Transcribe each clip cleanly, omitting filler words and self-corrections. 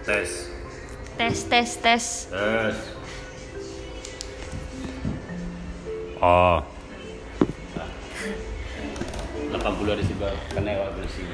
Tes. Tes. Oh. 80 ada sih karena awak bersih.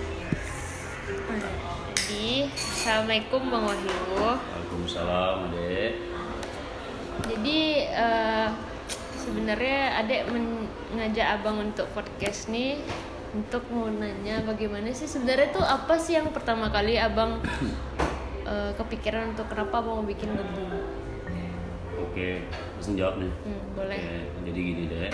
Jadi, assalamualaikum Bang Wahyu. Waalaikumsalam, Adek. Jadi sebenarnya Adek mengajak Abang untuk podcast nih untuk mau nanya bagaimana sih sebenarnya tuh apa sih yang pertama kali Abang kepikiran untuk kenapa Abang mau bikin gebu? Oke, langsung jawab nih. Boleh. Oke, jadi gini deh.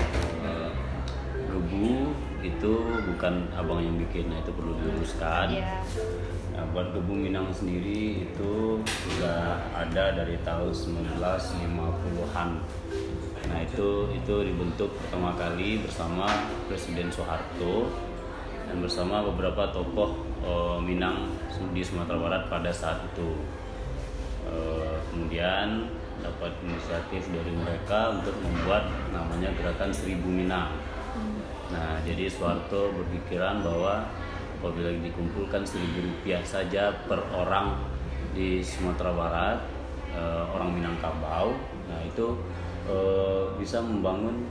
Gebu itu bukan abang yang bikin, nah itu perlu diluruskan. Iya. Nah, buat Gebu Minang sendiri itu sudah ada dari tahun 1950-an. Nah itu dibentuk pertama kali bersama Presiden Soeharto dan bersama beberapa tokoh Minang di Sumatera Barat pada saat itu. Kemudian dapat inisiatif dari mereka untuk membuat namanya Gerakan Seribu Minang. Nah, jadi Soeharto berpikiran bahwa apabila dikumpulkan Rp1.000 saja per orang di Sumatera Barat, orang Minangkabau, nah itu bisa membangun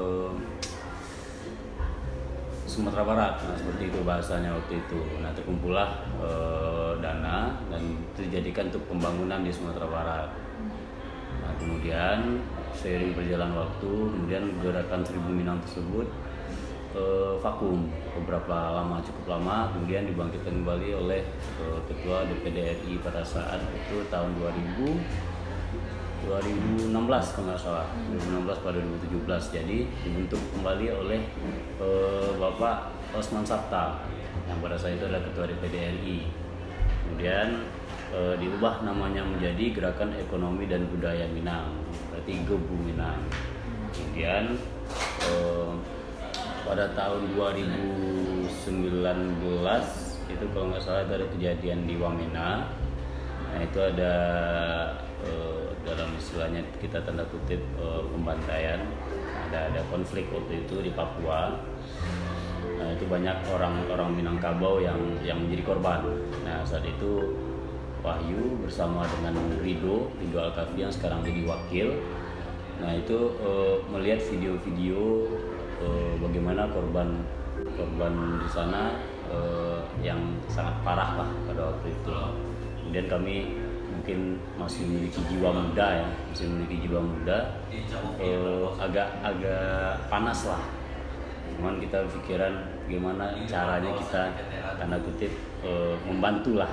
Sumatera Barat. Nah, seperti itu bahasanya waktu itu. Nah, terkumpullah dana dan itu dijadikan untuk pembangunan di Sumatera Barat. Nah, kemudian seiring berjalan waktu, kemudian gerakan Seribu Minang tersebut vakum cukup lama, kemudian dibangkitkan kembali oleh Ketua DPD RI pada saat itu tahun 2016 kalau nggak salah, 2016 pada 2017. Jadi dibentuk kembali oleh Bapak Osman Sabta yang pada saat itu adalah Ketua DPD RI. Kemudian diubah namanya menjadi Gerakan Ekonomi dan Budaya Minang, berarti Gebu Minang. Kemudian pada tahun 2019 itu kalau nggak salah itu ada kejadian di Wamena. Nah itu ada dalam istilahnya kita tanda kutip pembantaian, ada konflik waktu itu di Papua. Nah itu banyak orang Minangkabau yang menjadi korban. Nah saat itu Wahyu bersama dengan Rido Alkafi yang sekarang jadi wakil. Nah itu melihat video-video bagaimana korban di sana yang sangat parah lah pada waktu itu. Kemudian kami mungkin masih memiliki jiwa muda, agak panas lah. Cuman kita pikiran gimana caranya kita tanda kutip membantu.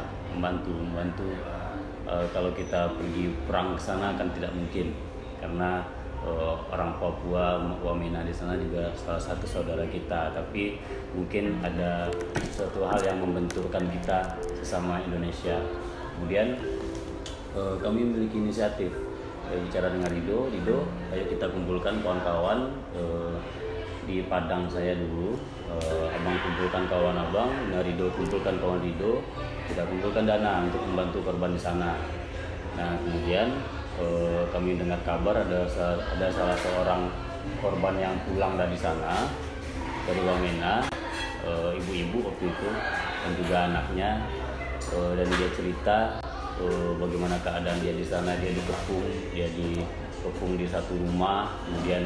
Kalau kita pergi perang ke sana kan tidak mungkin karena orang Papua, Wamena di sana juga salah satu saudara kita, tapi mungkin ada suatu hal yang membenturkan kita sesama Indonesia. Kemudian kami memiliki inisiatif bicara dengan Rido, ayo kita kumpulkan kawan-kawan di Padang saya dulu, abang kumpulkan kawan abang, nah Rido kumpulkan kawan Rido, kita kumpulkan dana untuk membantu korban di sana. Nah kemudian kami dengar kabar ada salah seorang korban yang pulang dari sana dari Wamena, ibu-ibu waktu itu dan juga anaknya, dan dia cerita bagaimana keadaan dia di sana. Dia dikepung di satu rumah, kemudian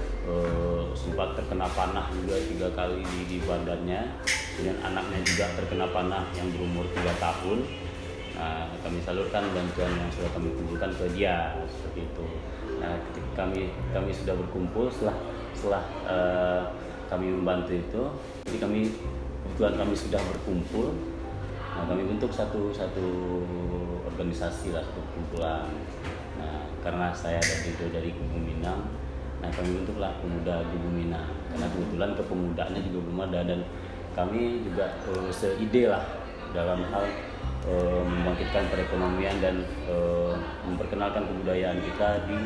sempat terkena panah juga 3 kali di badannya, kemudian anaknya juga terkena panah yang berumur 3 tahun. Nah, kami salurkan bantuan yang sudah kami kumpulkan ke dia seperti itu. Nah, ketika kami sudah berkumpul setelah kami membantu itu, jadi kebetulan kami sudah berkumpul. Nah, kami bentuk satu organisasi lah, satu kumpulan. Nah, karena saya dari Gebu Minang, nah kami bentuklah Pemuda Gebu Minang. Karena kebetulan kepemudanya juga belum ada dan kami juga seide lah dalam hal membangkitkan perekonomian dan memperkenalkan kebudayaan kita di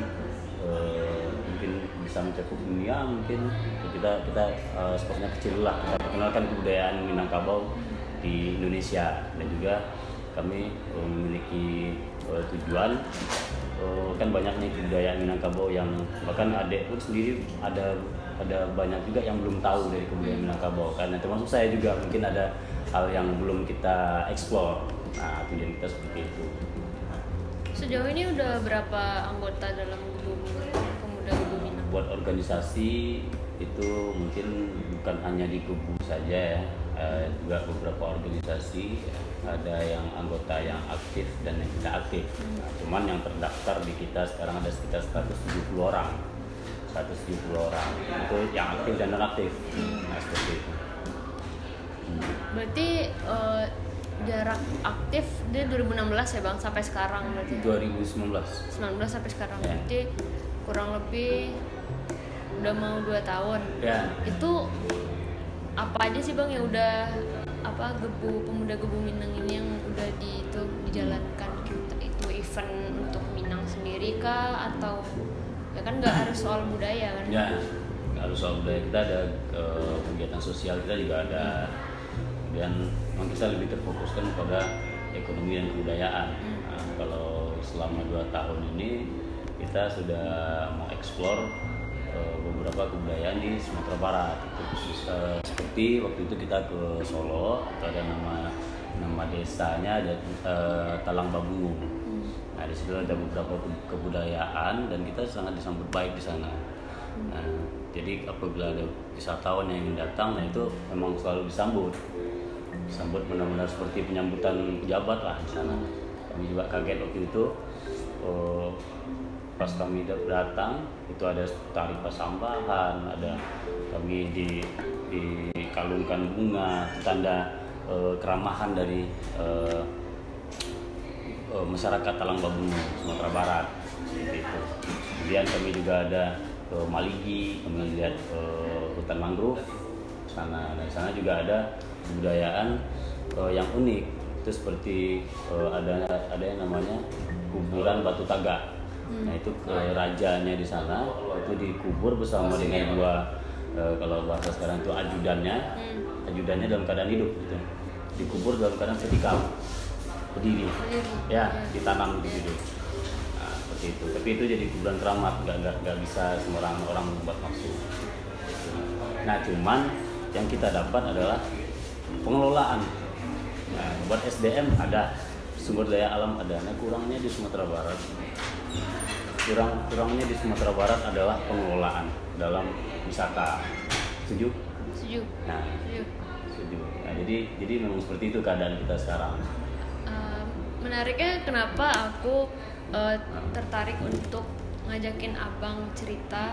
mungkin bisa mencakup dunia. Mungkin kita sepertinya kecil lah, kita perkenalkan kebudayaan Minangkabau di Indonesia. Dan juga kami memiliki tujuan kan banyaknya kebudayaan Minangkabau yang bahkan adik pun sendiri ada banyak juga yang belum tahu dari kebudayaan Minangkabau, karena termasuk saya juga mungkin ada hal yang belum kita eksplor. Nah tujuan kita seperti itu. Sejauh ini udah berapa anggota dalam Pemuda Gebu Minang? Buat organisasi itu mungkin bukan hanya di Gebu saja ya, juga beberapa organisasi ada yang anggota yang aktif dan yang tidak aktif. Nah, cuman yang terdaftar di kita sekarang ada sekitar 170 orang. 170 orang itu yang aktif dan non aktif. Nah seperti itu. Berarti jarak aktif dia 2016 ya Bang sampai sekarang berarti. 2019. 19 sampai sekarang. Ya. Berarti kurang lebih udah mau 2 tahun. Ya. Itu apa aja sih Bang yang udah Pemuda Gebu Minang ini yang udah dijalankan? Itu event untuk Minang sendiri kah atau ya kan nggak harus soal budaya kan? Ya, harus soal budaya. Kita ada kegiatan sosial, kita juga ada. Kemudian memang kita lebih terfokuskan pada ekonomi dan kebudayaan. Nah, kalau selama 2 tahun ini kita sudah mau eksplor beberapa kebudayaan di Sumatera Barat. Itu khusus seperti waktu itu kita ke Solo, ada nama desanya ada Talang Babungu. Nah di situ ada beberapa kebudayaan dan kita sangat disambut baik di sana. Nah, jadi apabila ada wisatawan yang ingin datang, nah itu memang selalu disambut benar-benar seperti penyambutan pejabat lah di sana. Kami juga kaget waktu itu pas kami datang itu ada tari pasambahan, ada kami dikalungkan bunga tanda keramahan dari masyarakat Talang Babungu Sumatera Barat seperti itu. Kemudian kami juga ada Maligi, kami lihat hutan mangrove sana. Nah, di sana juga ada kebudayaan yang unik. Itu seperti ada yang namanya kuburan Batu Taga. Nah, itu rajanya di sana itu dikubur bersama dengan 2 kalau bahasa sekarang itu ajudannya dalam keadaan hidup gitu. Dikubur dalam keadaan vertikal. Berdiri. Ya, ditanam gitu. Nah, seperti itu. Tapi itu jadi kuburan keramat, nggak bisa semua orang buat nafsu. Nah, cuman yang kita dapat adalah pengelolaan. Nah, buat SDM ada, sumber daya alam ada. Nah, kurangnya di Sumatera Barat. Kurangnya di Sumatera Barat adalah pengelolaan dalam wisata. Setuju? Setuju. Nah, setuju. Nah, jadi memang seperti itu keadaan kita sekarang. Menariknya kenapa aku tertarik untuk ngajakin abang cerita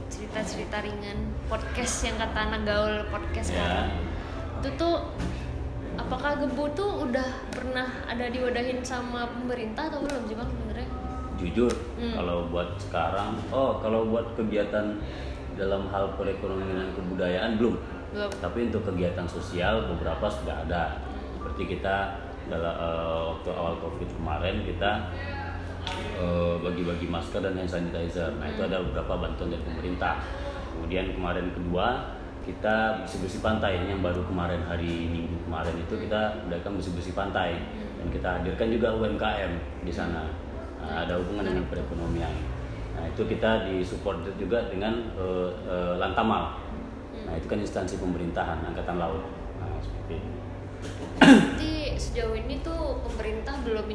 ringan podcast yang kata anak gaul podcast kan. Itu tuh apakah Gebu tuh udah pernah ada diwadahin sama pemerintah atau belum sih Bang sebenarnya? Jujur, kalau buat sekarang, kalau buat kegiatan dalam hal perekonomian dan kebudayaan belum. Tapi untuk kegiatan sosial beberapa sudah ada. Seperti kita dalam waktu awal COVID kemarin kita bagi-bagi masker dan hand sanitizer. Nah itu ada beberapa bantuan dari pemerintah. Kemudian kemarin kedua kita bersih-bersih pantai. Ini yang baru kemarin hari Minggu kemarin itu kita adakan bersih-bersih pantai dan kita hadirkan juga UMKM di sana. Nah, ada hubungan dengan perekonomian. Nah itu kita disupport juga dengan Lantamal. Nah itu kan instansi pemerintahan Angkatan Laut. Nah seperti itu. Jadi sejauh ini tuh pemerintah belum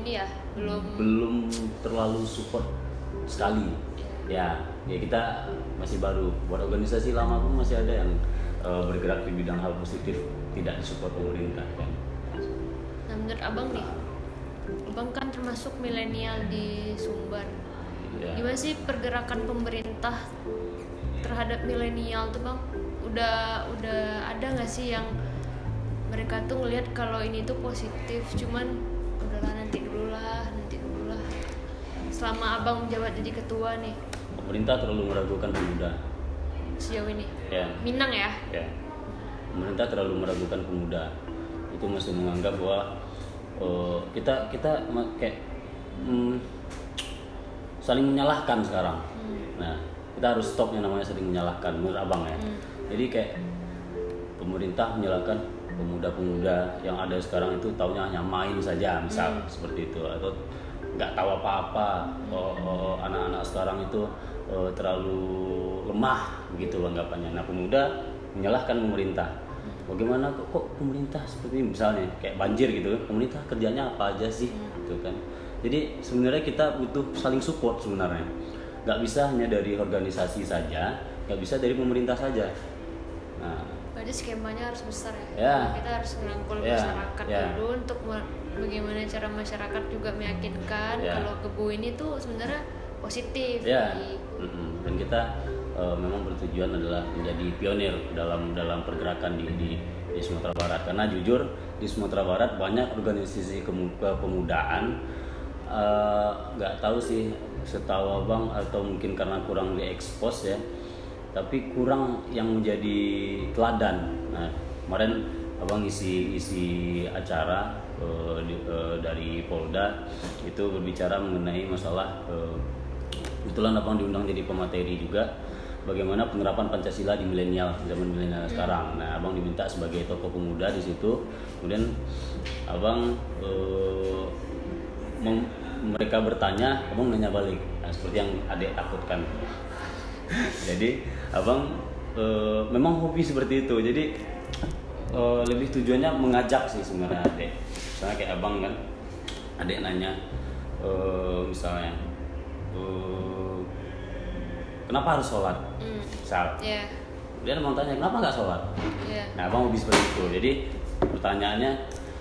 terlalu support sekali. Ya kita masih baru. Buat organisasi lama pun masih ada yang bergerak di bidang hal positif tidak disupport pemerintah kan. Nah menurut abang nih, abang kan termasuk milenial di Sumbar. Gimana sih pergerakan pemerintah terhadap milenial tuh Bang? Udah ada nggak sih yang mereka tuh ngelihat kalau ini tuh positif, cuman udahlah nanti dulu lah. Selama abang menjabat jadi ketua nih, pemerintah terlalu meragukan pemuda sejauh ini. Minang ya? Pemerintah terlalu meragukan pemuda. Itu masih menganggap bahwa kita kayak saling menyalahkan sekarang. Nah kita harus stop yang namanya saling menyalahkan menurut abang ya. Jadi kayak pemerintah menyalahkan pemuda-pemuda yang ada sekarang itu taunya hanya main saja misal seperti itu, atau nggak tahu apa-apa. Anak-anak sekarang itu terlalu lemah begitu anggapannya. Nah pemuda menyalahkan pemerintah. bagaimana kok pemerintah seperti ini, misalnya kayak banjir gitu, pemerintah kerjanya apa aja sih gitu kan. Jadi sebenarnya kita butuh saling support sebenarnya, nggak bisa hanya dari organisasi saja, nggak bisa dari pemerintah saja. Nah, berarti skemanya harus besar ya. Ya. Kita harus merangkul Ya, masyarakat ya. dulu untuk bagaimana cara masyarakat juga meyakinkan Ya. kalau Gebu ini tuh sebenarnya positif. ya, Jadi, dan kita memang bertujuan adalah menjadi pionir dalam pergerakan di Sumatera Barat, karena jujur di Sumatera Barat banyak organisasi kepemudaan, nggak tahu sih, setahu abang atau mungkin karena kurang diekspos ya, tapi kurang yang menjadi teladan. Nah, kemarin abang isi acara dari Polda itu berbicara mengenai masalah, kebetulan abang diundang jadi pemateri juga, bagaimana penerapan Pancasila di zaman milenial sekarang. Nah, abang diminta sebagai tokoh pemuda di situ. Kemudian abang mereka bertanya, abang nanya balik. Nah, seperti yang adik takutkan. Jadi abang memang hobi seperti itu. Jadi lebih tujuannya mengajak sih sebenarnya adik. Misalnya kayak abang kan, adik nanya misalnya kenapa harus sholat? Misal. ya. Dia mau tanya kenapa nggak sholat? Ya. Nah, abang hobi seperti itu. Jadi pertanyaannya,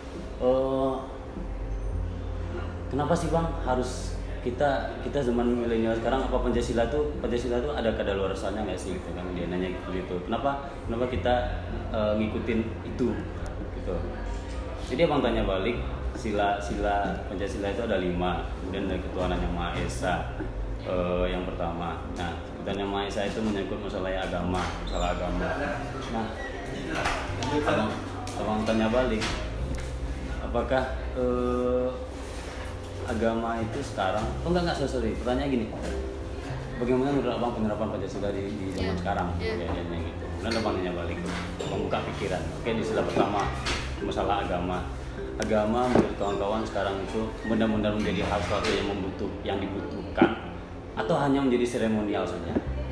kenapa sih bang harus kita zaman milenial sekarang, apa Pancasila tuh ada kadaluarsanya nggak sih gitu kan? Dia nanya gitu. Kenapa kita ngikutin itu gitu. Jadi abang tanya balik, sila Pancasila itu ada 5, kemudian ada ketuhanan yang Maha Esa, yang pertama. Nah, ketuhanan yang Maha Esa itu menyangkut masalah agama. Nah, abang tanya balik, apakah agama itu sekarang, sorry, pertanyaan gini, bagaimana menurut abang penerapan Pancasila di zaman sekarang? Kayaknya gitu. Kemudian abang nanya balik, membuka pikiran. Oke, di sila pertama masalah agama menurut kawan-kawan sekarang itu benar-benar menjadi hal suatu yang dibutuhkan atau hanya menjadi seremonial saja?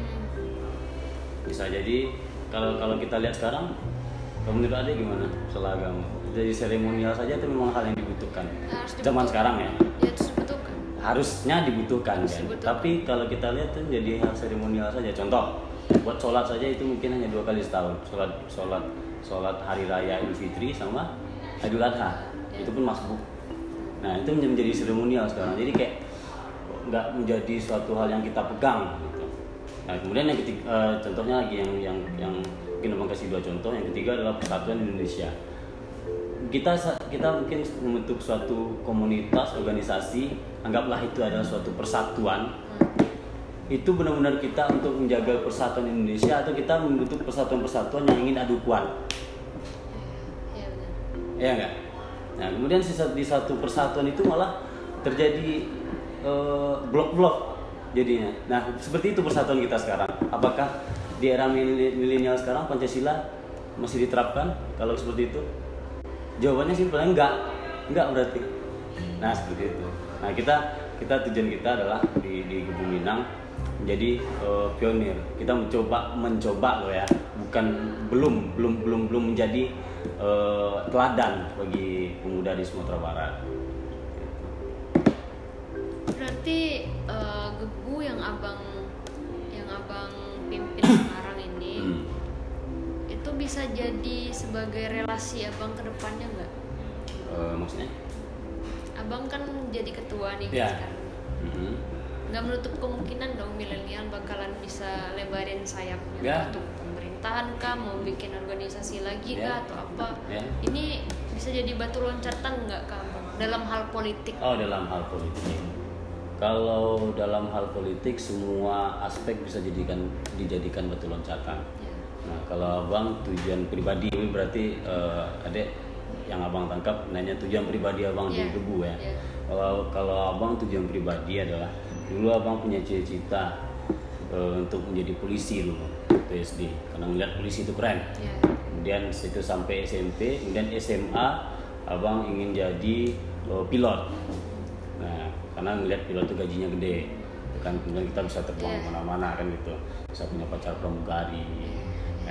Bisa jadi kalau kita lihat sekarang, menurut adik gimana masalah agama? Jadi seremonial saja itu memang hal yang dibutuhkan zaman sekarang ya? Ya, itu dibutuhkan. Harusnya dibutuhkan kan. Tapi kalau kita lihat tuh jadi hal seremonial saja. Contoh, buat sholat saja itu mungkin hanya 2 kali setahun. Sholat hari raya Idul Fitri sama Idul Adha. Itu pun masbuk. Nah, itu menjadi seremonial sekarang. Jadi kayak nggak menjadi suatu hal yang kita pegang gitu. Nah, kemudian yang ketiga, contohnya lagi yang mungkin abang kasih 2 contoh. Yang ketiga adalah Persatuan Indonesia. Kita mungkin membentuk suatu komunitas, organisasi, anggaplah itu adalah suatu persatuan. Itu benar-benar kita untuk menjaga persatuan Indonesia, atau kita membentuk persatuan-persatuan yang ingin adu kuat? Ya, benar. Ya enggak? Nah, kemudian di satu persatuan itu malah terjadi blok-blok jadinya. Nah, seperti itu persatuan kita sekarang. Apakah di era milenial sekarang Pancasila masih diterapkan kalau seperti itu? Jawabannya simpelnya enggak berarti. Nah, seperti itu. Nah, tujuan kita adalah di Gebu Minang menjadi pionir. Kita mencoba loh ya, belum menjadi teladan bagi pemuda di Sumatera Barat. Berarti Gebu yang abang pimpin sekarang ini itu bisa jadi sebagai relasi abang ke depannya nggak? Maksudnya? Abang kan jadi ketua nih Ya. sekarang. Nggak menutup kemungkinan dong milenial bakalan bisa lebarin sayapnya Ya. untuk pemerintahan kah, mau bikin organisasi lagi Ya. kah atau apa? Ya. Ini bisa jadi batu loncatan nggak kah abang dalam hal politik? Oh, dalam hal politik. Kalau dalam hal politik semua aspek bisa dijadikan batu loncatan. Ya. Nah, kalau abang tujuan pribadi ini berarti adek yang abang tangkap nanya tujuan pribadi abang di Gebu ya. Yeah. Kalau abang tujuan pribadi adalah dulu abang punya cita-cita untuk menjadi polisi dulu waktu SD, karena melihat polisi itu keren. Yeah. Kemudian itu sampai SMP, kemudian SMA abang ingin jadi pilot. Nah, karena melihat pilot itu gajinya gede, kan kemudian kita bisa terbang kemana-mana kan gitu, bisa punya pacar pramugari. Nah,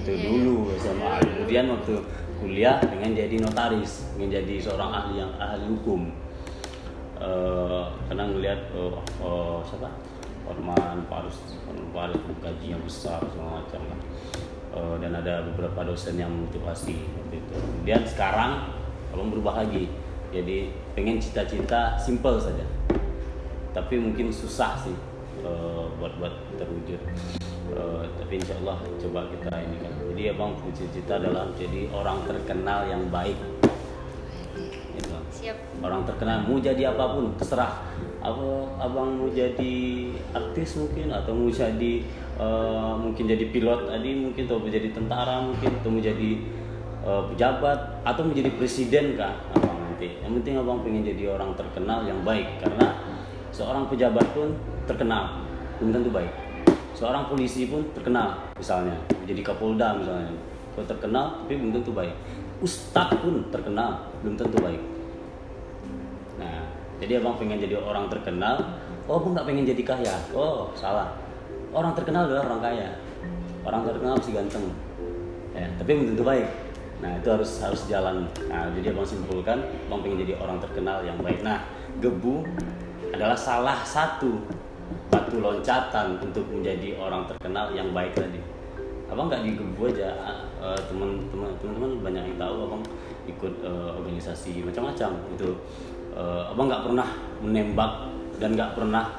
itu dulu SMA. Kemudian waktu kuliah pengen jadi notaris, pengen jadi seorang ahli hukum. Karena ngelihat siapa Orman Paris gaji yang besar segala macam lah. Dan ada beberapa dosen yang motivasi waktu itu. Kemudian sekarang abang berubah lagi, jadi pengen cita-cita simple saja, tapi mungkin susah sih buat terwujud. Tapi insya Allah coba kita ini kan. Jadi abang punya cita-cita adalah jadi orang terkenal yang baik. Gitu. Siap. Orang terkenal, mau jadi apapun terserah. Abang mau jadi artis mungkin, atau mau jadi mungkin jadi pilot tadi mungkin, atau mau jadi tentara mungkin, atau mau jadi pejabat, atau mau jadi presiden kah abang nanti. Yang penting abang pengen jadi orang terkenal yang baik, karena seorang pejabat pun terkenal belum tentu baik. Seorang polisi pun terkenal, misalnya jadi Kapolda misalnya, kalau terkenal tapi belum tentu baik. Ustadz pun terkenal belum tentu baik. Nah, jadi abang pengen jadi orang terkenal. Oh, abang nggak pengen jadi kaya. Oh, salah. Orang terkenal adalah orang kaya. Orang terkenal pasti ganteng, ya, tapi belum tentu baik. Nah, itu harus jalan. Nah, jadi abang simpulkan, abang pengen jadi orang terkenal yang baik. Nah, Gebu adalah salah satu batu loncatan untuk menjadi orang terkenal yang baik tadi. Abang nggak di Gebu aja, teman-teman banyak yang tahu abang ikut organisasi macam-macam itu. Abang nggak pernah menembak dan nggak pernah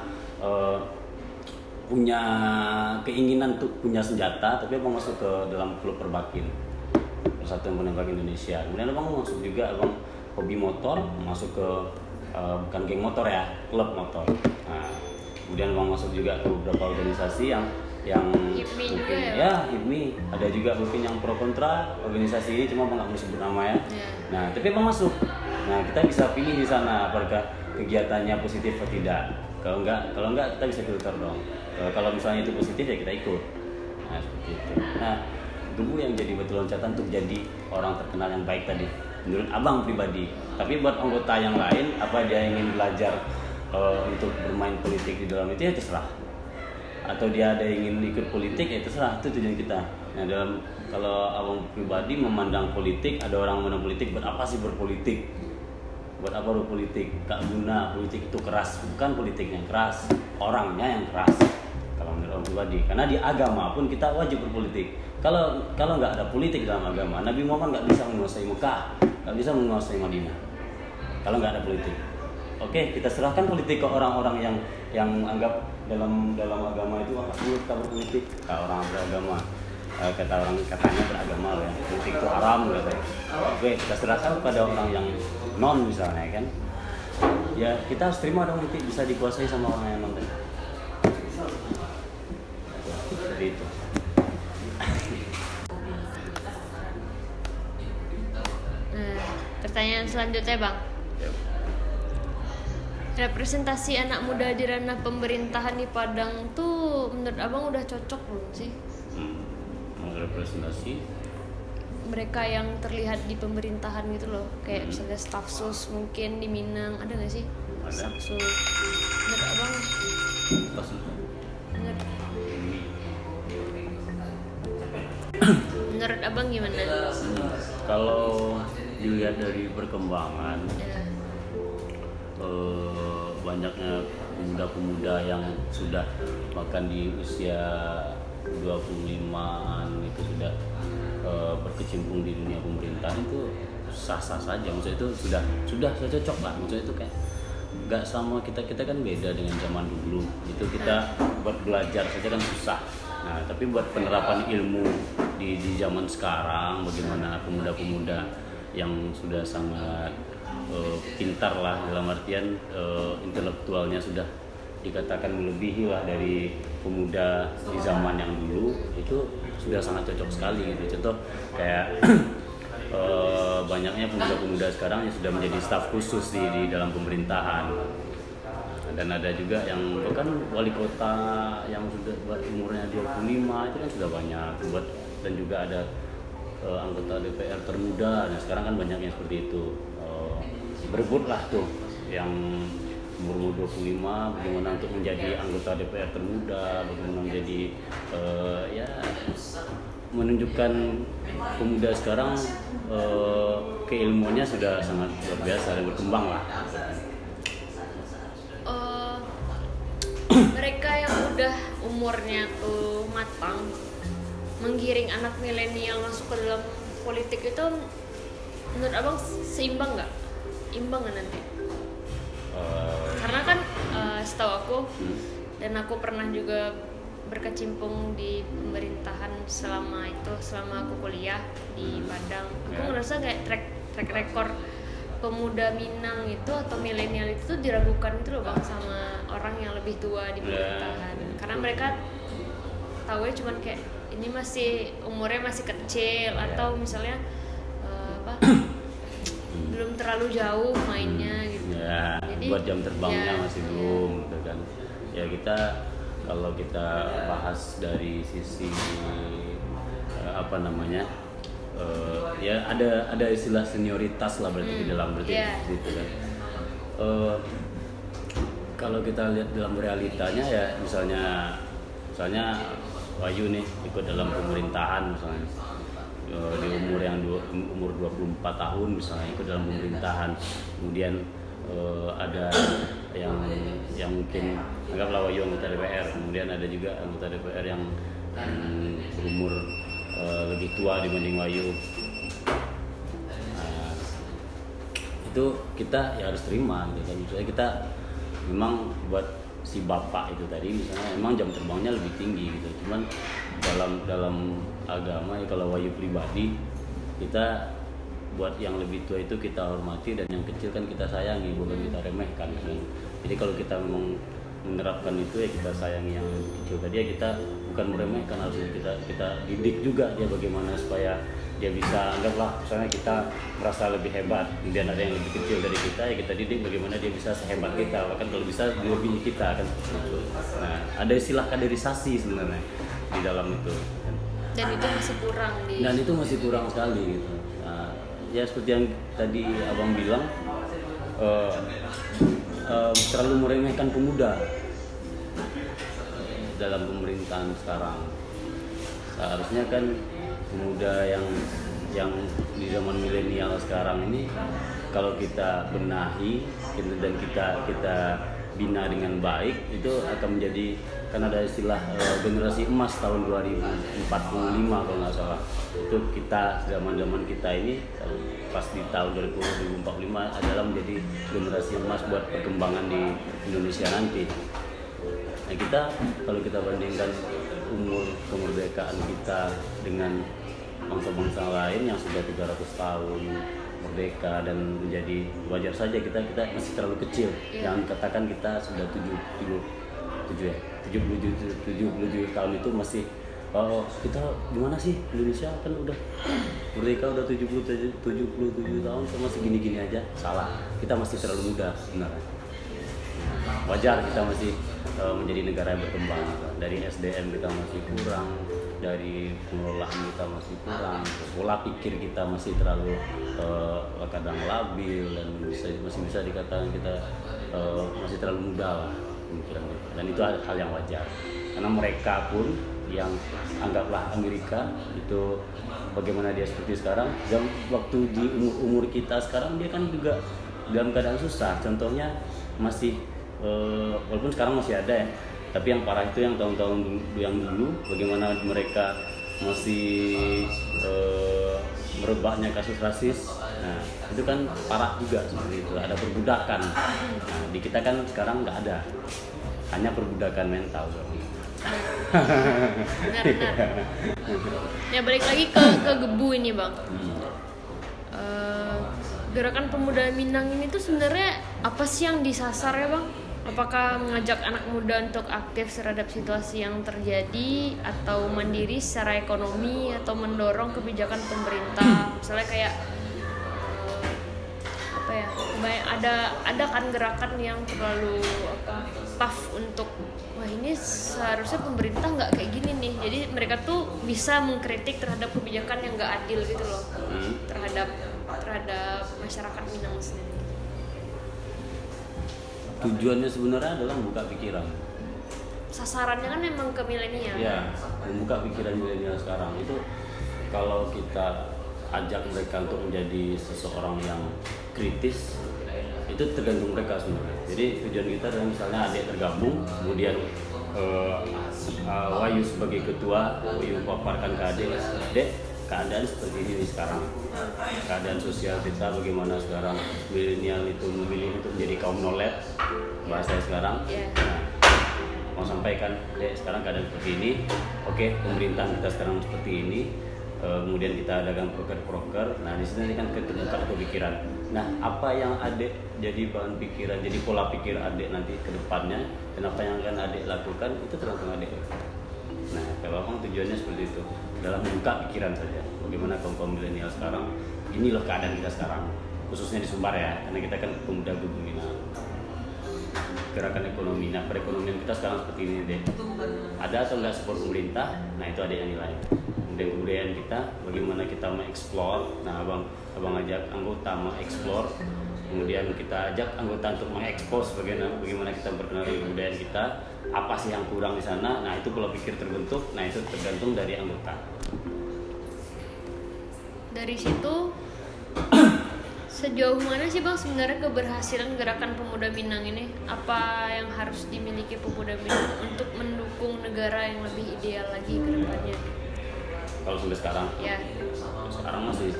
punya keinginan untuk punya senjata, tapi abang masuk ke dalam klub Perbakin, Persatuan Penembak Indonesia. Kemudian abang masuk juga, abang hobi motor, masuk ke bukan geng motor ya, klub motor. Nah, kemudian abang masuk juga ke beberapa organisasi yang HIPMI mungkin juga ya HIPMI, ada juga mungkin yang pro kontra organisasi ini, cuma abang nggak mau sebut nama ya. Nah, tapi abang masuk. Nah, kita bisa pilih di sana apakah kegiatannya positif atau tidak. Kalau enggak kita bisa filter dong. Kalau misalnya itu positif ya kita ikut. Nah, seperti itu. Nah, Gebu yang jadi batu loncatan untuk jadi orang terkenal yang baik tadi, menurut abang pribadi. Tapi buat anggota yang lain, apa dia ingin belajar untuk bermain politik di dalam itu ya terserah. Atau dia ada ingin ikut politik ya terserah, itu tujuan kita. Nah, kalau abang pribadi memandang politik, ada orang memandang politik, buat apa sih berpolitik? Buat apa berpolitik? Gak guna, politik itu keras. Bukan politiknya keras, orangnya yang keras. Kalau menurut orang pribadi, karena di agama pun kita wajib berpolitik. Kalau nggak ada politik dalam agama, Nabi Muhammad nggak bisa menguasai Mekah, nggak bisa menguasai Madinah. Kalau nggak ada politik, oke, kita serahkan politik ke orang-orang yang anggap dalam agama itu kita berpolitik. Orang beragama, katanya beragama ya, politik itu haram katanya. Oke, kita serahkan kepada orang yang non misalnya kan. Ya kita harus terima dong, nanti bisa dikuasai sama orang yang non. Seperti itu. Pertanyaan selanjutnya Bang, representasi anak muda di ranah pemerintahan di Padang tuh menurut abang udah cocok belum sih? Representasi mereka yang terlihat di pemerintahan gitu loh, kayak misalnya staf sus mungkin di Minang, ada nggak sih? Ada. Staf sus. Menurut abang? Menurut abang gimana? Kalau dilihat dari perkembangan, banyaknya pemuda-pemuda yang sudah bahkan di usia 25-an itu sudah berkecimpung di dunia pemerintahan, itu sah-sah saja. Maksudnya itu sudah cocok lah. Maksudnya itu kayak nggak sama kita kan beda dengan zaman dulu. Itu kita buat belajar saja kan susah. Nah, tapi buat penerapan ilmu di zaman sekarang, bagaimana pemuda-pemuda yang sudah sangat pintar lah, dalam artian intelektualnya sudah dikatakan melebihi lah dari pemuda di zaman yang dulu, itu sudah sangat cocok sekali gitu. Contoh kayak banyaknya pemuda-pemuda sekarang yang sudah menjadi staf khusus di dalam pemerintahan, dan ada juga yang bahkan wali kota yang sudah umurnya 25 itu kan sudah banyak buat, dan juga ada anggota DPR termuda. Nah, sekarang kan banyak yang seperti itu. Berebut lah tuh yang umur 25 bagaimana untuk menjadi anggota DPR termuda, bagaimana menjadi menunjukkan pemuda sekarang keilmuannya sudah sangat luar biasa dan berkembang lah. Mereka yang udah umurnya tuh matang menggiring anak milenial masuk ke dalam politik itu menurut abang seimbang nggak? Imbang nggak nanti? Karena kan setahu aku dan aku pernah juga berkecimpung di pemerintahan selama aku kuliah di Padang. Aku ngerasa kayak track record pemuda Minang itu atau milenial itu tuh diragukan itu loh bang sama orang yang lebih tua di pemerintahan. Karena mereka tahu ya cuman kayak ini masih umurnya masih kecil atau misalnya belum terlalu jauh mainnya gitu. Ya, jadi buat jam terbangnya masih belum gitu kan. Ya kita kalau kita bahas dari sisi ya ada istilah senioritas lah berarti di dalam gitu kan. Kalau kita lihat dalam realitanya ya misalnya Wahyu nih ikut dalam pemerintahan misalnya di umur 24 tahun misalnya ikut dalam pemerintahan, kemudian ada yang mungkin anggaplah Wahyu anggota DPR, kemudian ada juga anggota DPR yang berumur lebih tua dibanding Wahyu. Nah, itu kita ya harus terima gitu kan. Misalnya kita memang buat si bapak itu tadi misalnya memang jam terbangnya lebih tinggi gitu. Cuman dalam agama ya kalau Wahyu pribadi kita buat yang lebih tua itu kita hormati dan yang kecil kan kita sayangi, bukan kita remehkan kan. Jadi kalau kita memang menerapkan itu ya kita sayangi yang kecil tadi ya kita bukan meremehkan, harus kita didik juga dia bagaimana supaya dia bisa anggaplah misalnya kita merasa lebih hebat, kemudian ada yang lebih kecil dari kita ya kita didik bagaimana dia bisa sehebat kita, bahkan kalau bisa melebihi kita kan. Nah ada istilah kaderisasi sebenarnya di dalam itu. Dan itu masih kurang Dan itu masih kurang sekali gitu. Nah, ya seperti yang tadi abang bilang terlalu meremehkan pemuda dalam pemerintahan sekarang. Seharusnya kan pemuda yang di zaman milenial sekarang ini kalau kita benahi dan kita bina dengan baik itu akan menjadi, kan ada istilah generasi emas tahun 2045 kalau nggak salah. Itu kita zaman kita ini pas di tahun 2045 adalah menjadi generasi emas buat perkembangan di Indonesia nanti. Nah kita kalau kita bandingkan umur kemerdekaan kita dengan bangsa-bangsa lain yang sudah 300 tahun merdeka dan menjadi wajar saja kita masih terlalu kecil. Jangan katakan kita sudah 77 tahun itu masih kita gimana sih, Indonesia kan udah merdeka udah 77 tahun kita masih gini-gini aja. Salah, kita masih terlalu muda sebenarnya. Wajar kita masih menjadi negara yang berkembang. Dari SDM kita masih kurang, dari pengelolaan kita masih kurang, pola pikir kita masih terlalu kadang labil dan masih bisa dikatakan kita masih terlalu muda lah pemikirannya. Dan itu hal yang wajar karena mereka pun yang anggaplah Amerika itu bagaimana dia seperti sekarang, waktu di umur kita sekarang dia kan juga dalam keadaan susah. Contohnya masih walaupun sekarang masih ada ya, tapi yang parah itu yang tahun-tahun yang dulu bagaimana mereka masih merebaknya kasus rasis. Nah itu kan parah juga seperti itu, ada perbudakan. Nah di kita kan sekarang nggak ada, hanya perbudakan mental. Benar. Ya balik lagi ke Gebu ini bang. Gerakan pemuda Minang ini tuh sebenarnya apa sih yang disasar ya bang? Apakah mengajak anak muda untuk aktif terhadap situasi yang terjadi, atau mandiri secara ekonomi, atau mendorong kebijakan pemerintah? Misalnya kayak ada kan gerakan yang terlalu tough untuk wah ini seharusnya pemerintah nggak kayak gini nih, jadi mereka tuh bisa mengkritik terhadap kebijakan yang nggak adil gitu loh terhadap masyarakat Minang sendiri. Tujuannya sebenarnya adalah membuka pikiran. Sasarannya kan memang ke milenial. Ya, membuka pikiran milenial sekarang itu kalau kita ajak mereka untuk menjadi seseorang yang kritis, itu tergantung mereka sebenarnya. Jadi tujuan kita adalah misalnya adik tergabung, kemudian Wahyu sebagai ketua, Wahyu paparkan ke adik, dek keadaan seperti ini sekarang, keadaan sosial kita bagaimana sekarang, milenial itu memilih untuk menjadi kaum nolet bahasa sekarang. Nah, mau sampaikan, dek sekarang keadaan seperti ini, oke, pemerintahan kita sekarang seperti ini. Kemudian kita adakan proker-proker. Nah di sini kan keterbukaan pikiran. Nah apa yang adik jadi bahan pikiran, jadi pola pikir adik nanti ke depannya, dan apa yang akan adik lakukan itu tergantung adik. Nah kalau abang tujuannya seperti itu, dalam membuka pikiran saja. Bagaimana kaum milenial sekarang, ini loh keadaan kita sekarang, khususnya di Sumbar ya, karena kita kan pemuda berguna gerakan ekonomi. Nah perekonomian kita sekarang seperti ini deh. Ada atau enggak support pemerintah? Nah itu ada yang nilai. Dan kebudayaan kita, bagaimana kita mengeksplor. Nah abang ajak anggota mengeksplor, kemudian kita ajak anggota untuk mengekspos bagaimana kita memperkenalkan kebudayaan kita, apa sih yang kurang di sana. Nah itu pola pikir terbentuk. Nah itu tergantung dari anggota. Dari situ sejauh mana sih bang sebenarnya keberhasilan gerakan pemuda Minang ini? Apa yang harus dimiliki pemuda Minang untuk mendukung negara yang lebih ideal lagi ke depannya? Kalau sampai sekarang? Ya. Sekarang masih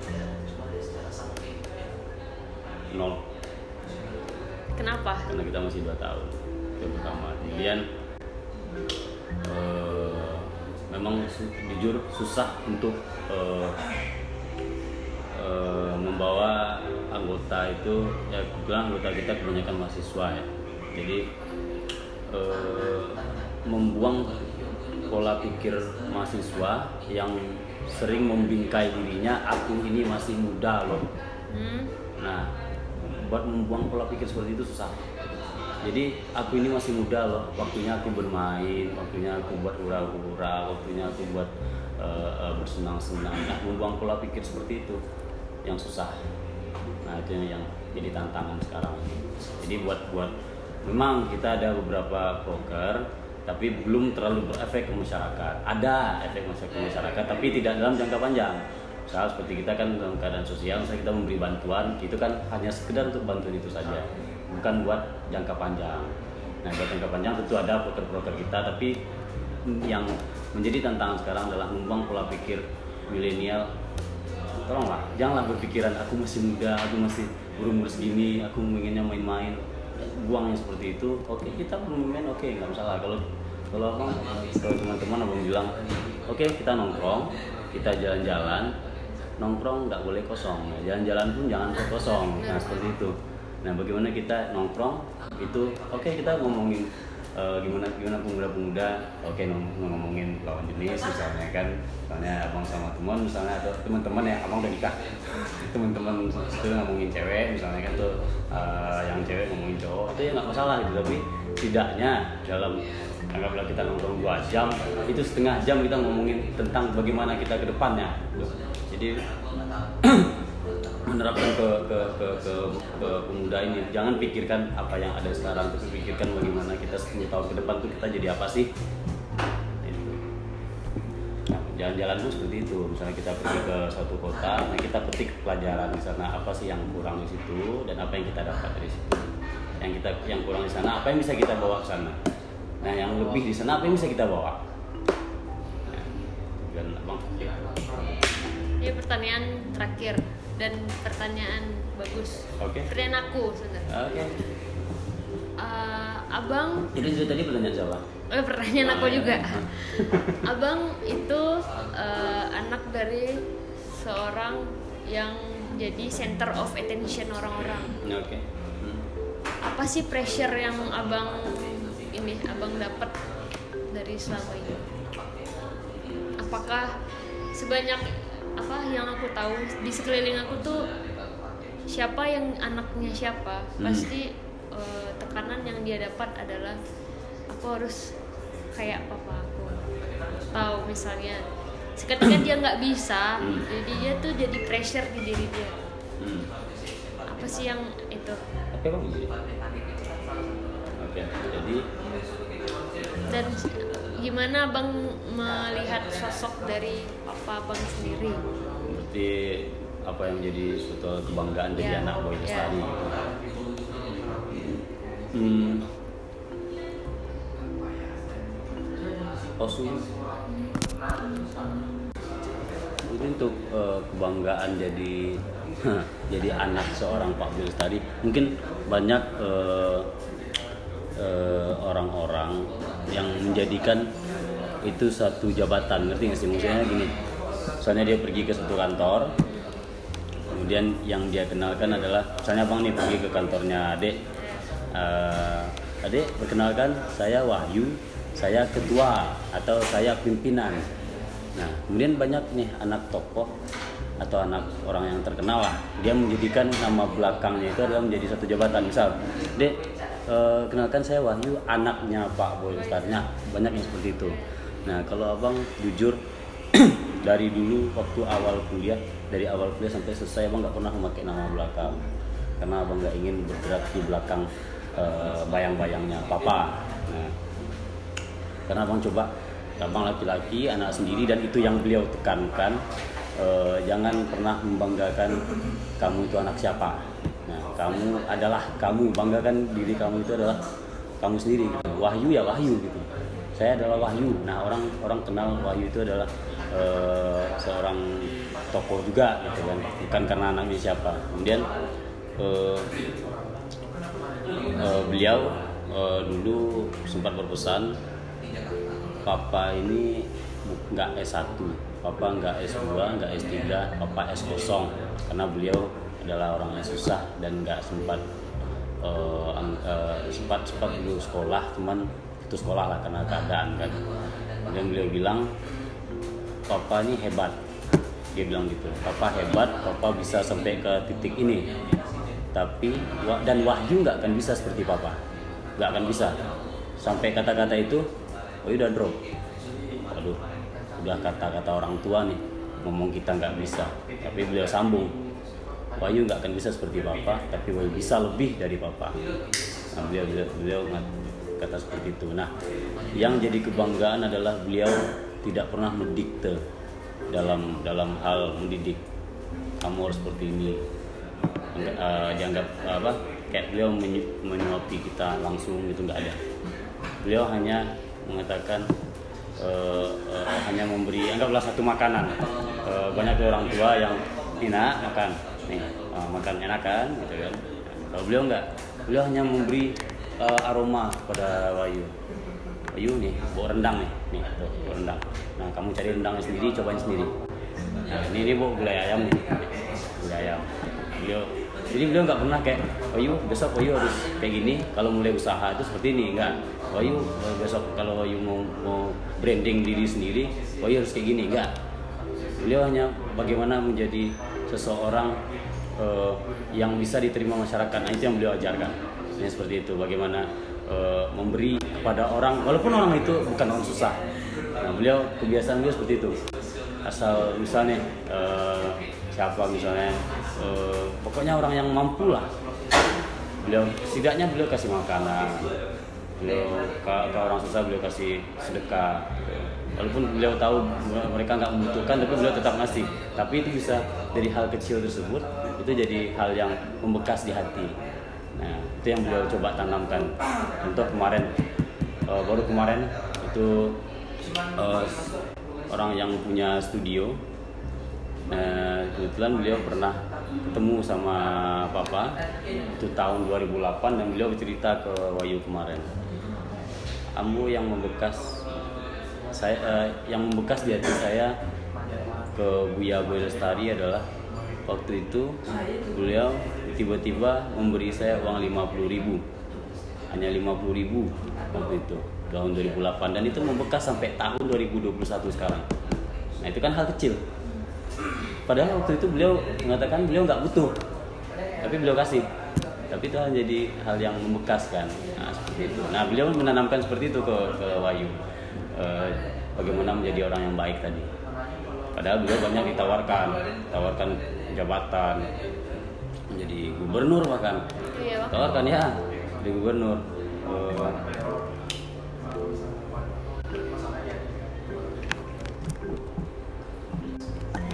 0. Kenapa? Karena kita masih 2 tahun. Yang pertama. Kemudian memang jujur susah untuk membawa anggota itu, ya kebetulan anggota kita kebanyakan mahasiswa ya. Jadi membuang pola pikir mahasiswa yang sering membingkai dirinya, aku ini masih muda loh. Nah, buat membuang pola pikir seperti itu susah. Jadi aku ini masih muda loh, waktunya aku bermain, waktunya aku buat hura-hura, waktunya aku buat bersenang-senang. Nah, membuang pola pikir seperti itu yang susah. Nah, itu yang jadi tantangan sekarang. Jadi buat memang kita ada beberapa proker, tapi belum terlalu berefek ke masyarakat. Ada efek ke masyarakat, tapi tidak dalam jangka panjang. Misal seperti kita kan dalam keadaan sosial, misalnya kita memberi bantuan, itu kan hanya sekedar untuk bantuan itu saja, bukan buat jangka panjang. Nah, buat jangka panjang tentu ada proker-proker kita, tapi yang menjadi tantangan sekarang adalah membuang pola pikir milenial. Tolonglah, janganlah berpikiran aku masih muda, aku masih berumur segini, aku inginnya main-main. Buang yang seperti itu. Oke, kita bermain, oke, nggak masalah. Kalau teman-teman abang bilang, oke, kita nongkrong, kita jalan-jalan, nongkrong nggak boleh kosong. Nah, jalan-jalan pun jangan kosong. Nah seperti itu. Nah bagaimana kita nongkrong itu, oke, kita ngomongin gimana pemuda-pemuda, oke, ngomongin lawan jenis misalnya kan, misalnya abang sama teman misalnya, atau teman-teman yang abang udah nikah, teman-teman itu ngomongin cewek misalnya kan tuh, yang cewek ngomongin cowok, itu ya nggak masalah gitu. Tapi tidaknya dalam, anggaplah kita nongkrong 2 jam, itu setengah jam kita ngomongin tentang bagaimana kita ke depannya. Jadi menerapkan ke pemuda ini, jangan pikirkan apa yang ada sekarang, tapi pikirkan bagaimana kita 10 tahun ke depan tuh kita jadi apa sih. Itu. Nah, jalan-jalan pun seperti itu. Misalnya kita pergi ke suatu kota, nah kita petik pelajaran di sana, apa sih yang kurang di situ dan apa yang kita dapat dari situ. Yang kurang di sana, apa yang bisa kita bawa ke sana. Nah, yang lebih di sana, apa yang bisa kita bawa. Nah, dan abang. Ini pertanyaan terakhir dan pertanyaan bagus. Oke. Pertanyaan aku sebenarnya. Oke. Abang. Jadi tadi pertanyaan siapa? Pertanyaan aku juga. Abang itu anak dari seorang yang jadi center of attention orang-orang. Oke. Apa sih pressure yang abang dapat dari selama ini? Apakah sebanyak apa yang aku tahu di sekeliling aku tuh, siapa yang anaknya siapa, pasti tekanan yang dia dapat adalah aku harus kayak papa aku, atau misalnya seketika dia nggak bisa, jadi dia tuh jadi pressure di diri dia. Apa sih yang itu? Oke bang. Oke, jadi dan gimana bang melihat sosok dari papa abang sendiri? Berarti apa yang menjadi suatu kebanggaan dari anak Boy Lestari? Itu untuk kebanggaan jadi anak seorang Pak Boy Lestari. Mungkin banyak orang-orang yang menjadikan itu satu jabatan, ngerti nggak sih? Maksudnya gini, soalnya dia pergi ke satu kantor, kemudian yang dia kenalkan adalah, misalnya abang nih pergi ke kantornya Adek, Adek perkenalkan saya Wahyu, saya ketua atau saya pimpinan. Nah kemudian banyak nih anak tokoh atau anak orang yang terkenal lah, dia menjadikan nama belakangnya itu adalah menjadi satu jabatan. Misal, Dek, kenalkan saya Wahyu, anaknya Pak Boy Lestari. Nah, banyak yang seperti itu. Nah kalau abang jujur dari dulu waktu dari awal kuliah sampai selesai abang nggak pernah memakai nama belakang, karena abang nggak ingin bergerak di belakang bayang-bayangnya papa. Nah, karena abang laki-laki, anak sendiri, dan itu yang beliau tekankan, jangan pernah membanggakan kamu itu anak siapa. Nah, kamu adalah kamu, banggakan diri kamu itu adalah kamu sendiri. Wahyu ya Wahyu gitu. Saya adalah Wahyu. Nah, orang kenal Wahyu itu adalah seorang tokoh juga gitu kan, bukan karena anaknya siapa. Kemudian beliau dulu sempat berpesan, papa ini nggak S1, papa nggak S2, nggak S3, papa S0, karena beliau adalah orang yang susah dan nggak sempat dulu sekolah, cuman itu sekolah lah karena keadaan kan. Dan beliau bilang, papa ini hebat, dia bilang gitu, papa hebat, papa bisa sampai ke titik ini, tapi dan Wahyu nggak akan bisa seperti papa, nggak akan bisa. Sampai kata-kata itu udah drop. Aduh, udah kata-kata orang tua nih, ngomong kita nggak bisa. Tapi beliau sambung, Wahyu nggak akan bisa seperti papa, tapi Wahyu bisa lebih dari papa. Nah, beliau kata seperti itu. Nah, yang jadi kebanggaan adalah beliau tidak pernah mendikte dalam hal mendidik. Kamu harus seperti ini. Dianggap kayak beliau menyuapi kita langsung gitu, nggak ada. Beliau hanya mengatakan hanya memberi, anggaplah satu makanan. Banyak orang tua yang makan nih, makan enak kan gitu kan. Kalau beliau enggak, beliau hanya memberi aroma kepada Wahyu nih, bawa rendang nih tuh, bawa rendang. Nah kamu cari rendangnya sendiri, cobain sendiri. Nah ini bawa gulai ayam nih, gulai ayam. Jadi beliau nggak pernah kayak, Wahyu besok Wahyu harus kayak gini, kalau mulai usaha itu seperti ini, enggak. Wahyu besok kalau Wahyu mau branding diri sendiri, Wahyu harus kayak gini, enggak. Beliau hanya bagaimana menjadi seseorang yang bisa diterima masyarakat. Nah itu yang beliau ajarkan. Ini seperti itu, bagaimana memberi kepada orang walaupun orang itu bukan orang susah. Nah beliau, kebiasaan beliau seperti itu. Asal misalnya siapa misalnya pokoknya orang yang mampu lah, setidaknya beliau kasih makanan. Beliau ke orang susah beliau kasih sedekah. Walaupun beliau tahu mereka nggak membutuhkan, tapi beliau tetap ngasih. Tapi itu bisa dari hal kecil tersebut, itu jadi hal yang membekas di hati. Nah itu yang beliau coba tanamkan. Contoh baru kemarin itu orang yang punya studio. Nah kebetulan beliau pernah ketemu sama papa itu tahun 2008, dan beliau bercerita ke Wahyu kemarin, Ambo yang membekas di hati saya ke Buya Boy Lestari adalah waktu itu beliau tiba-tiba memberi saya uang 50.000, hanya 50.000 waktu itu tahun 2008, dan itu membekas sampai tahun 2021 sekarang. Nah itu kan hal kecil, padahal waktu itu beliau mengatakan beliau nggak butuh, tapi beliau kasih. Tapi itu jadi hal yang membekas kan. Nah seperti itu. Nah beliau menanamkan seperti itu ke Wahyu, bagaimana menjadi orang yang baik tadi. Padahal beliau banyak ditawarkan jabatan, menjadi gubernur bahkan. Tawarkan ya, jadi gubernur.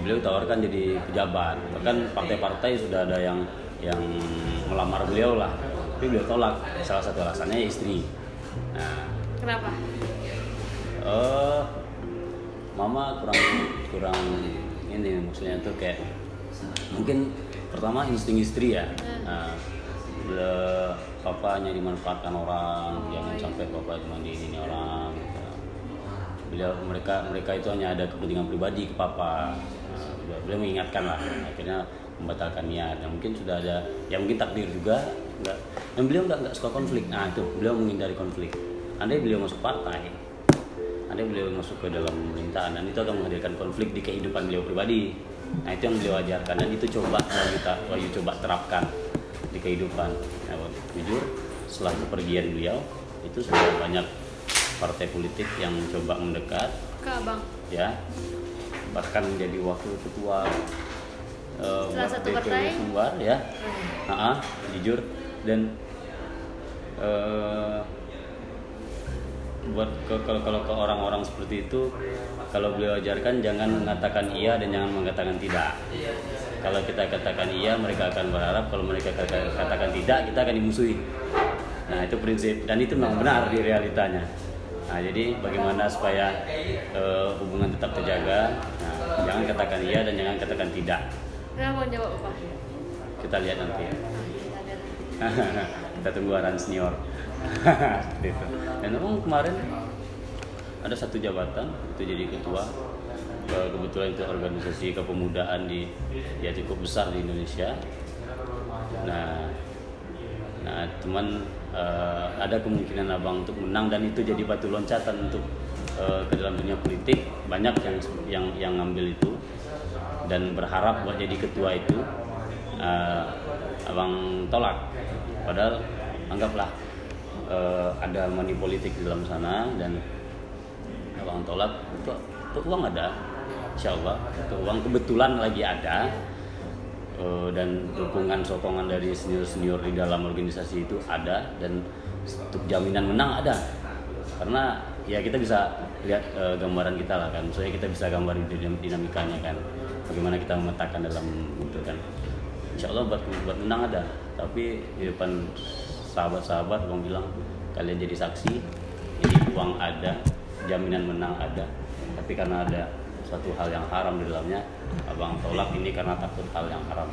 beliau tawarkan jadi pejabat. Bahkan partai-partai sudah ada yang melamar beliau lah, tapi beliau tolak. Salah satu alasannya istri. Nah, Kenapa? Mama kurang ini, maksudnya tuh kayak mungkin pertama insting istri ya. Nah, papa hanya dimanfaatkan orang, jangan sampai papa cuma ini orang. Gitu. Mereka itu hanya ada kepentingan pribadi ke papa. Beliau mengingatkan lah, akhirnya membatalkan niat. Dan mungkin sudah ada, ya mungkin takdir juga, enggak. Dan beliau enggak suka konflik. Nah itu beliau menghindari konflik. Andai beliau masuk partai, andai beliau masuk ke dalam pemerintahan, dan itu akan menghadirkan konflik di kehidupan beliau pribadi. Nah itu yang beliau ajarkan, dan itu coba terapkan di kehidupan. Nah, jujur setelah kepergian beliau itu sudah banyak partai politik yang coba mendekat Ke abang. ya, bahkan menjadi wakil ketua Salah satu partai Sumbar ya. Jujur, dan buat kalau ke orang-orang seperti itu, kalau beliau ajarkan jangan mengatakan iya dan jangan mengatakan tidak. Kalau kita katakan iya, mereka akan berharap. Kalau mereka katakan tidak, kita akan dimusuhi. Nah itu prinsip, dan itu memang benar di realitanya. Nah jadi bagaimana supaya hubungan tetap terjaga. Nah, jangan katakan iya dan jangan katakan tidak. Kenapa mau jawab apa? Kita lihat nanti. Kita lihat. Kita tunggu arahan senior. Seperti itu. Dan memang kemarin ada satu jabatan itu jadi ketua. Kebetulan itu organisasi kepemudaan ya cukup besar di Indonesia. Nah teman ada kemungkinan abang untuk menang, dan itu jadi batu loncatan untuk ke dalam dunia politik. Banyak yang ngambil itu dan berharap buat jadi ketua itu. Abang tolak, padahal anggaplah ada money politik di dalam sana, dan abang tolak. Itu uang ada, insya Allah itu uang kebetulan lagi ada, dan dukungan sokongan dari senior di dalam organisasi itu ada, dan untuk jaminan menang ada, karena ya kita bisa lihat gambaran kita lah kan, soalnya kita bisa gambarin dinamikanya kan, bagaimana kita memetakan dalam itu kan. Insya Allah buat menang ada, tapi di depan sahabat-sahabat abang bilang kalian jadi saksi, jadi uang ada, jaminan menang ada, tapi karena ada suatu hal yang haram di dalamnya, abang tolak ini karena takut hal yang haram.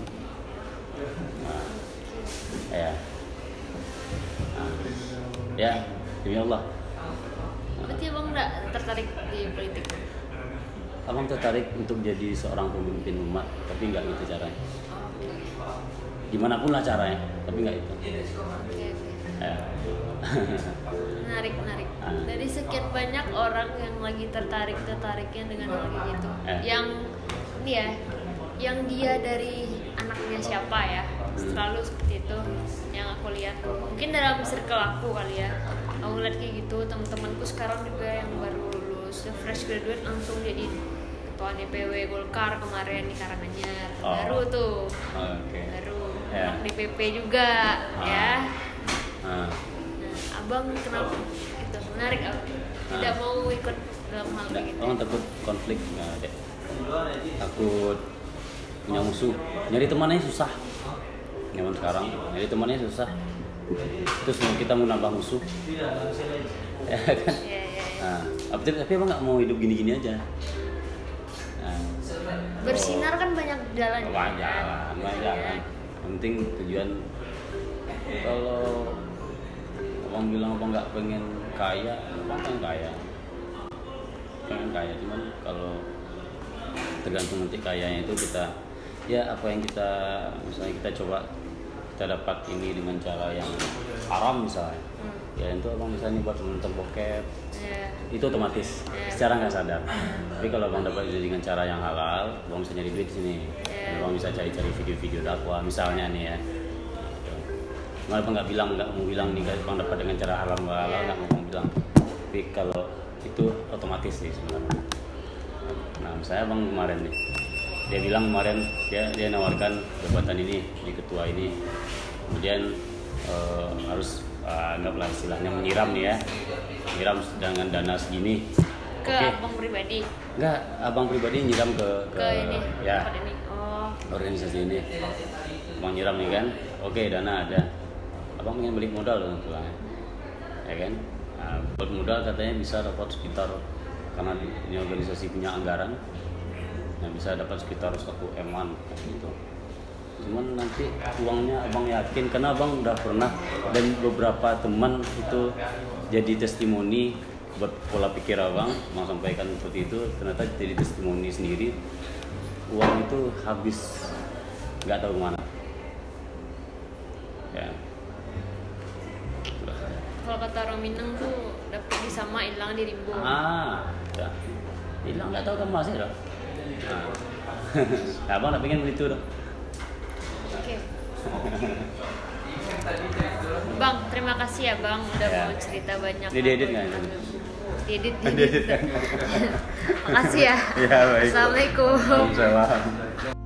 Ya demi Allah. Berarti abang nggak tertarik di politik? Abang tertarik untuk jadi seorang pemimpin umat, tapi nggak gitu caranya. Gimana pun lah caranya, tapi nggak itu. Oke. Ya. Menarik. Dari sekian banyak orang yang lagi tertariknya dengan hal kayak gitu, yang ini ya, yang dia dari anaknya siapa ya, selalu seperti itu yang aku lihat. Mungkin dalam circle aku kali ya, aku lihat kayak gitu. Teman-temanku sekarang juga yang baru lulus fresh graduate langsung jadi ketua DPW Golkar kemarin di Karanganyar. Baru tuh. Okay. Baru. Yeah. Di PP juga ya. Nah, abang kenapa itu menarik abang? Tidak mau ikut dalam hal enggak, begitu? abang takut konflik, nggak ada. Takut punya musuh, nyari temannya susah. Zaman sekarang nyari temannya susah. Terus kita mau nambah musuh, ya kan? Iya. Nah, tapi abang nggak mau hidup gini-gini aja. Nah, Bersinar kan banyak jalan. banyak jalan. Yang penting tujuan. Kalau abang bilang abang nggak pengen kaya, abang pengen kaya, cuman kalau tergantung nanti kayanya itu kita, ya apa yang kita, misalnya kita coba kita dapat ini dengan cara yang haram misalnya, ya itu abang misalnya buat nonton bokep, itu otomatis secara nggak sadar. Tapi kalau abang dapat dengan cara yang halal, abang bisa nyari duit di sini, abang bisa cari video-video dakwah misalnya nih ya. Malah abang nggak mau bilang nih abang dapat dengan cara halal nggak mau bilang. Tapi kalau itu otomatis sih sebenarnya. Nah misalnya abang kemarin nih, dia bilang kemarin dia nawarkan jabatan ini di ketua ini, kemudian harus anggaplah istilahnya menyiram nih ya, menyiram dengan dana segini. ke Oke. abang pribadi. Enggak, abang pribadi nyiram ke Ini ya tempat ini. Oh, organisasi ini. Abang nyiram nih kan, oke dana ada. Abang pengen balik modal loh pulangnya, ya kan? Nah, balik modal katanya bisa dapat sekitar, karena ini organisasi punya anggaran, nah bisa dapat sekitar 1 M-an gitu. Cuman nanti uangnya abang yakin, karena abang udah pernah dan beberapa teman itu jadi testimoni buat pola pikir abang sampaikan seperti itu, ternyata jadi testimoni sendiri, uang itu habis nggak tahu kemana ya. kalau kata orang Minang tuh dapat di sama hilang di rimbo. Ya. Hilang nggak tahu kan masih dah. Nah, abang tak pengen begitu dah. Oke. Bang, terima kasih ya Bang udah Ya. mau cerita banyak. Ini diedit nggak? Diedit. Diedit kan? Makasih ya. Ya, baik. Assalamualaikum. Waalaikumsalam.